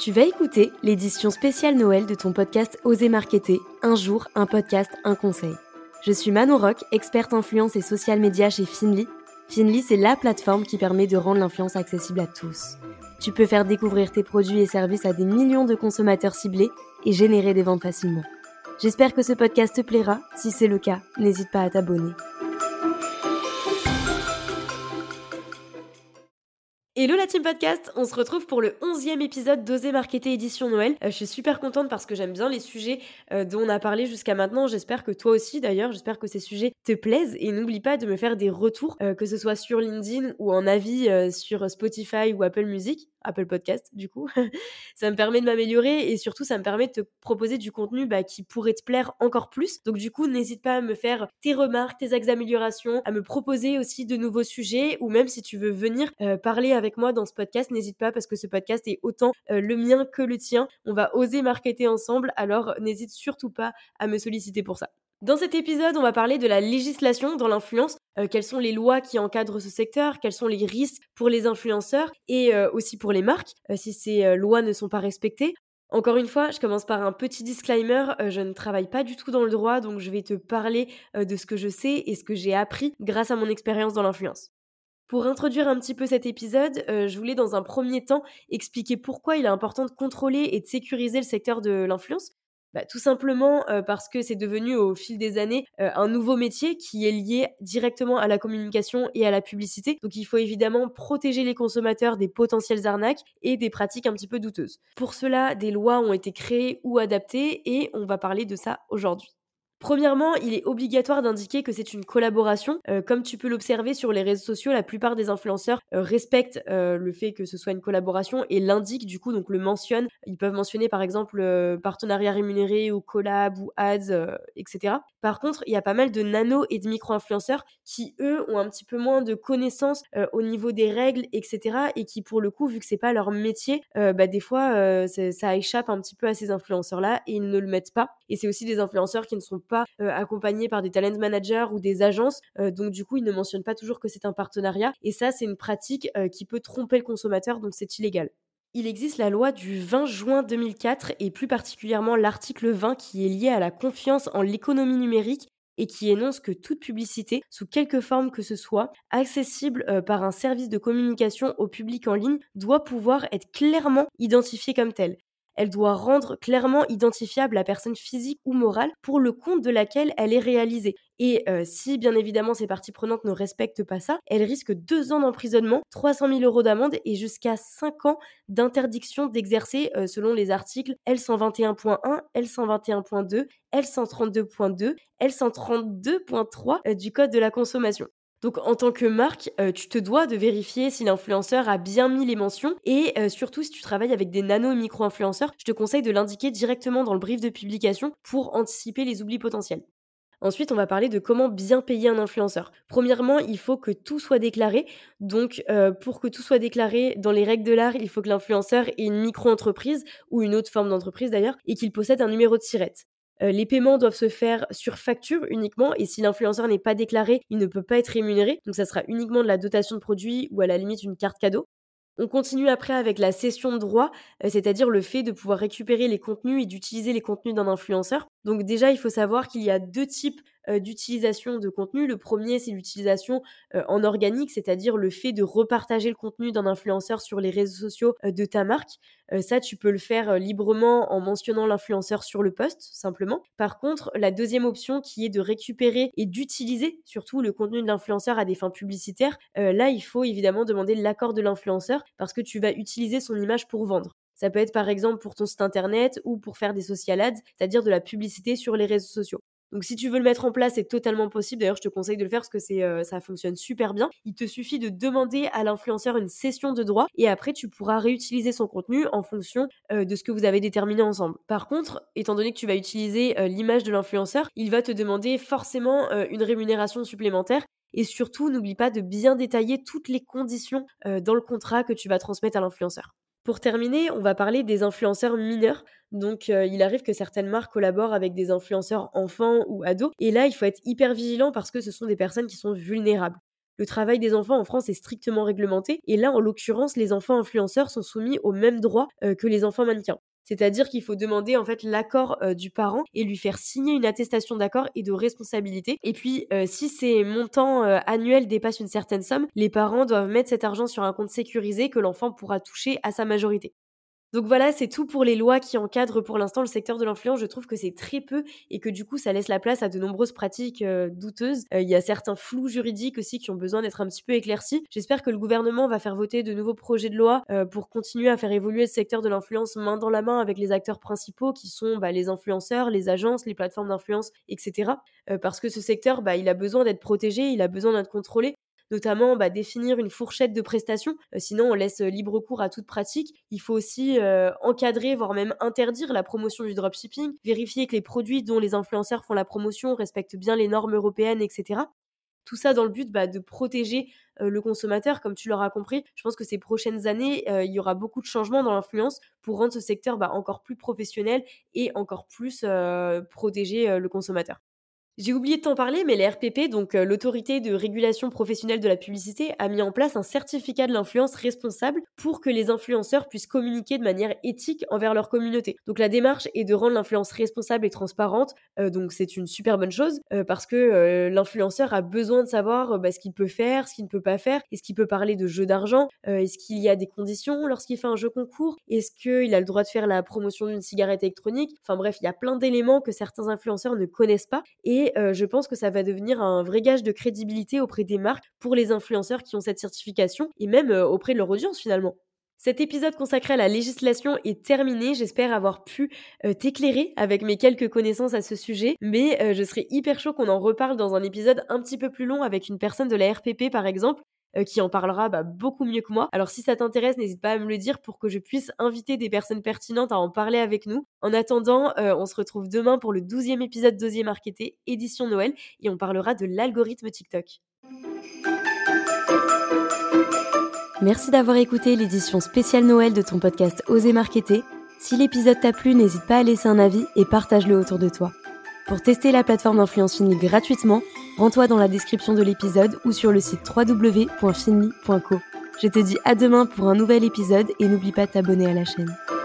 Tu vas écouter l'édition spéciale Noël de ton podcast Oser Marketer, un jour, un podcast, un conseil. Je suis Manon Rock, experte influence et social media chez Finly. Finly, c'est la plateforme qui permet de rendre l'influence accessible à tous. Tu peux faire découvrir tes produits et services à des millions de consommateurs ciblés et générer des ventes facilement. J'espère que ce podcast te plaira. Si c'est le cas, n'hésite pas à t'abonner. Hello la team podcast, on se retrouve pour le 11e épisode d'Oser Marketer édition Noël. Je suis super contente parce que j'aime bien les sujets dont on a parlé jusqu'à maintenant. J'espère que toi aussi d'ailleurs, j'espère que ces sujets te plaisent et n'oublie pas de me faire des retours, que ce soit sur LinkedIn ou en avis sur Spotify ou Apple Music, Apple Podcast du coup. Ça me permet de m'améliorer et surtout ça me permet de te proposer du contenu qui pourrait te plaire encore plus. Donc du coup, n'hésite pas à me faire tes remarques, tes axes d'amélioration, à me proposer aussi de nouveaux sujets ou même si tu veux venir parler avec moi dans ce podcast, n'hésite pas parce que ce podcast est autant le mien que le tien. On va oser marketer ensemble, alors n'hésite surtout pas à me solliciter pour ça. Dans cet épisode, on va parler de la législation dans l'influence, quelles sont les lois qui encadrent ce secteur, quels sont les risques pour les influenceurs et aussi pour les marques, si ces lois ne sont pas respectées. Encore une fois, je commence par un petit disclaimer, je ne travaille pas du tout dans le droit, donc je vais te parler de ce que je sais et ce que j'ai appris grâce à mon expérience dans l'influence. Pour introduire un petit peu cet épisode, je voulais dans un premier temps expliquer pourquoi il est important de contrôler et de sécuriser le secteur de l'influence. Tout simplement parce que c'est devenu au fil des années un nouveau métier qui est lié directement à la communication et à la publicité. Donc il faut évidemment protéger les consommateurs des potentielles arnaques et des pratiques un petit peu douteuses. Pour cela, des lois ont été créées ou adaptées et on va parler de ça aujourd'hui. Premièrement, il est obligatoire d'indiquer que c'est une collaboration. Comme tu peux l'observer sur les réseaux sociaux, la plupart des influenceurs respectent le fait que ce soit une collaboration et l'indiquent du coup, donc le mentionnent. Ils peuvent mentionner par exemple partenariat rémunéré ou collab ou ads, etc. Par contre, il y a pas mal de nano et de micro-influenceurs qui, eux, ont un petit peu moins de connaissances au niveau des règles, etc. et qui, pour le coup, vu que c'est pas leur métier, des fois, ça échappe un petit peu à ces influenceurs-là et ils ne le mettent pas. Et c'est aussi des influenceurs qui ne sont pas accompagnés par des talent managers ou des agences, donc du coup, ils ne mentionnent pas toujours que c'est un partenariat. Et ça, c'est une pratique qui peut tromper le consommateur, donc c'est illégal. Il existe la loi du 20 juin 2004 et plus particulièrement l'article 20 qui est lié à la confiance en l'économie numérique et qui énonce que toute publicité, sous quelque forme que ce soit, accessible par un service de communication au public en ligne, doit pouvoir être clairement identifiée comme telle. Elle doit rendre clairement identifiable la personne physique ou morale pour le compte de laquelle elle est réalisée. Et si bien évidemment ces parties prenantes ne respectent pas ça, elles risquent 2 ans d'emprisonnement, 300 000 € d'amende et jusqu'à 5 ans d'interdiction d'exercer selon les articles L121.1, L121.2, L132.2, L132.3 du Code de la consommation. Donc en tant que marque, tu te dois de vérifier si l'influenceur a bien mis les mentions et surtout si tu travailles avec des nano et micro-influenceurs, je te conseille de l'indiquer directement dans le brief de publication pour anticiper les oublis potentiels. Ensuite, on va parler de comment bien payer un influenceur. Premièrement, il faut que tout soit déclaré. Donc, pour que tout soit déclaré dans les règles de l'art, il faut que l'influenceur ait une micro-entreprise ou une autre forme d'entreprise d'ailleurs et qu'il possède un numéro de SIRET. Les paiements doivent se faire sur facture uniquement et si l'influenceur n'est pas déclaré, il ne peut pas être rémunéré. Donc, ça sera uniquement de la dotation de produit ou à la limite une carte cadeau. On continue après avec la cession de droits, c'est-à-dire le fait de pouvoir récupérer les contenus et d'utiliser les contenus d'un influenceur. Donc déjà, il faut savoir qu'il y a 2 types, d'utilisation de contenu. Le premier, c'est l'utilisation, en organique, c'est-à-dire le fait de repartager le contenu d'un influenceur sur les réseaux sociaux, de ta marque. Ça, tu peux le faire, librement en mentionnant l'influenceur sur le post, simplement. Par contre, la deuxième option qui est de récupérer et d'utiliser surtout le contenu de l'influenceur à des fins publicitaires, là, il faut évidemment demander l'accord de l'influenceur parce que tu vas utiliser son image pour vendre. Ça peut être par exemple pour ton site internet ou pour faire des social ads, c'est-à-dire de la publicité sur les réseaux sociaux. Donc si tu veux le mettre en place, c'est totalement possible. D'ailleurs, je te conseille de le faire parce que ça fonctionne super bien. Il te suffit de demander à l'influenceur une cession de droits et après tu pourras réutiliser son contenu en fonction de ce que vous avez déterminé ensemble. Par contre, étant donné que tu vas utiliser l'image de l'influenceur, il va te demander forcément une rémunération supplémentaire. Et surtout, n'oublie pas de bien détailler toutes les conditions dans le contrat que tu vas transmettre à l'influenceur. Pour terminer, on va parler des influenceurs mineurs. Donc, il arrive que certaines marques collaborent avec des influenceurs enfants ou ados. Et là, il faut être hyper vigilant parce que ce sont des personnes qui sont vulnérables. Le travail des enfants en France est strictement réglementé et là, en l'occurrence, les enfants influenceurs sont soumis aux mêmes droits que les enfants mannequins. C'est-à-dire qu'il faut demander en fait l'accord du parent et lui faire signer une attestation d'accord et de responsabilité. Et puis, si ces montants annuels dépassent une certaine somme, les parents doivent mettre cet argent sur un compte sécurisé que l'enfant pourra toucher à sa majorité. Donc voilà, c'est tout pour les lois qui encadrent pour l'instant le secteur de l'influence. Je trouve que c'est très peu et que du coup, ça laisse la place à de nombreuses pratiques douteuses. Il y a certains flous juridiques aussi qui ont besoin d'être un petit peu éclaircis. J'espère que le gouvernement va faire voter de nouveaux projets de loi pour continuer à faire évoluer le secteur de l'influence main dans la main avec les acteurs principaux qui sont les influenceurs, les agences, les plateformes d'influence, etc. Parce que ce secteur, il a besoin d'être protégé, il a besoin d'être contrôlé. Notamment, définir une fourchette de prestations, sinon on laisse libre cours à toute pratique. Il faut aussi encadrer, voire même interdire la promotion du dropshipping, vérifier que les produits dont les influenceurs font la promotion respectent bien les normes européennes, etc. Tout ça dans le but de protéger le consommateur, comme tu l'auras compris. Je pense que ces prochaines années, il y aura beaucoup de changements dans l'influence pour rendre ce secteur encore plus professionnel et encore plus protéger le consommateur. J'ai oublié de t'en parler, mais les RPP, donc l'autorité de régulation professionnelle de la publicité, a mis en place un certificat de l'influence responsable pour que les influenceurs puissent communiquer de manière éthique envers leur communauté. Donc la démarche est de rendre l'influence responsable et transparente, donc c'est une super bonne chose parce que l'influenceur a besoin de savoir ce qu'il peut faire, ce qu'il ne peut pas faire, est-ce qu'il peut parler de jeux d'argent, est-ce qu'il y a des conditions lorsqu'il fait un jeu concours, est-ce qu'il a le droit de faire la promotion d'une cigarette électronique, enfin bref, il y a plein d'éléments que certains influenceurs ne connaissent pas et je pense que ça va devenir un vrai gage de crédibilité auprès des marques pour les influenceurs qui ont cette certification et même auprès de leur audience finalement. Cet épisode consacré à la législation est terminé. J'espère avoir pu t'éclairer avec mes quelques connaissances à ce sujet, mais je serais hyper chaud qu'on en reparle dans un épisode un petit peu plus long avec une personne de la RPP par exemple, qui en parlera beaucoup mieux que moi. Alors si ça t'intéresse, n'hésite pas à me le dire pour que je puisse inviter des personnes pertinentes à en parler avec nous. En attendant, on se retrouve demain pour le 12e épisode d'Oser Marketer, édition Noël, et on parlera de l'algorithme TikTok. Merci d'avoir écouté l'édition spéciale Noël de ton podcast Oser Marketer. Si l'épisode t'a plu, n'hésite pas à laisser un avis et partage-le autour de toi. Pour tester la plateforme d'influence Finly gratuitement, rends-toi dans la description de l'épisode ou sur le site www.finly.co. Je te dis à demain pour un nouvel épisode et n'oublie pas de t'abonner à la chaîne.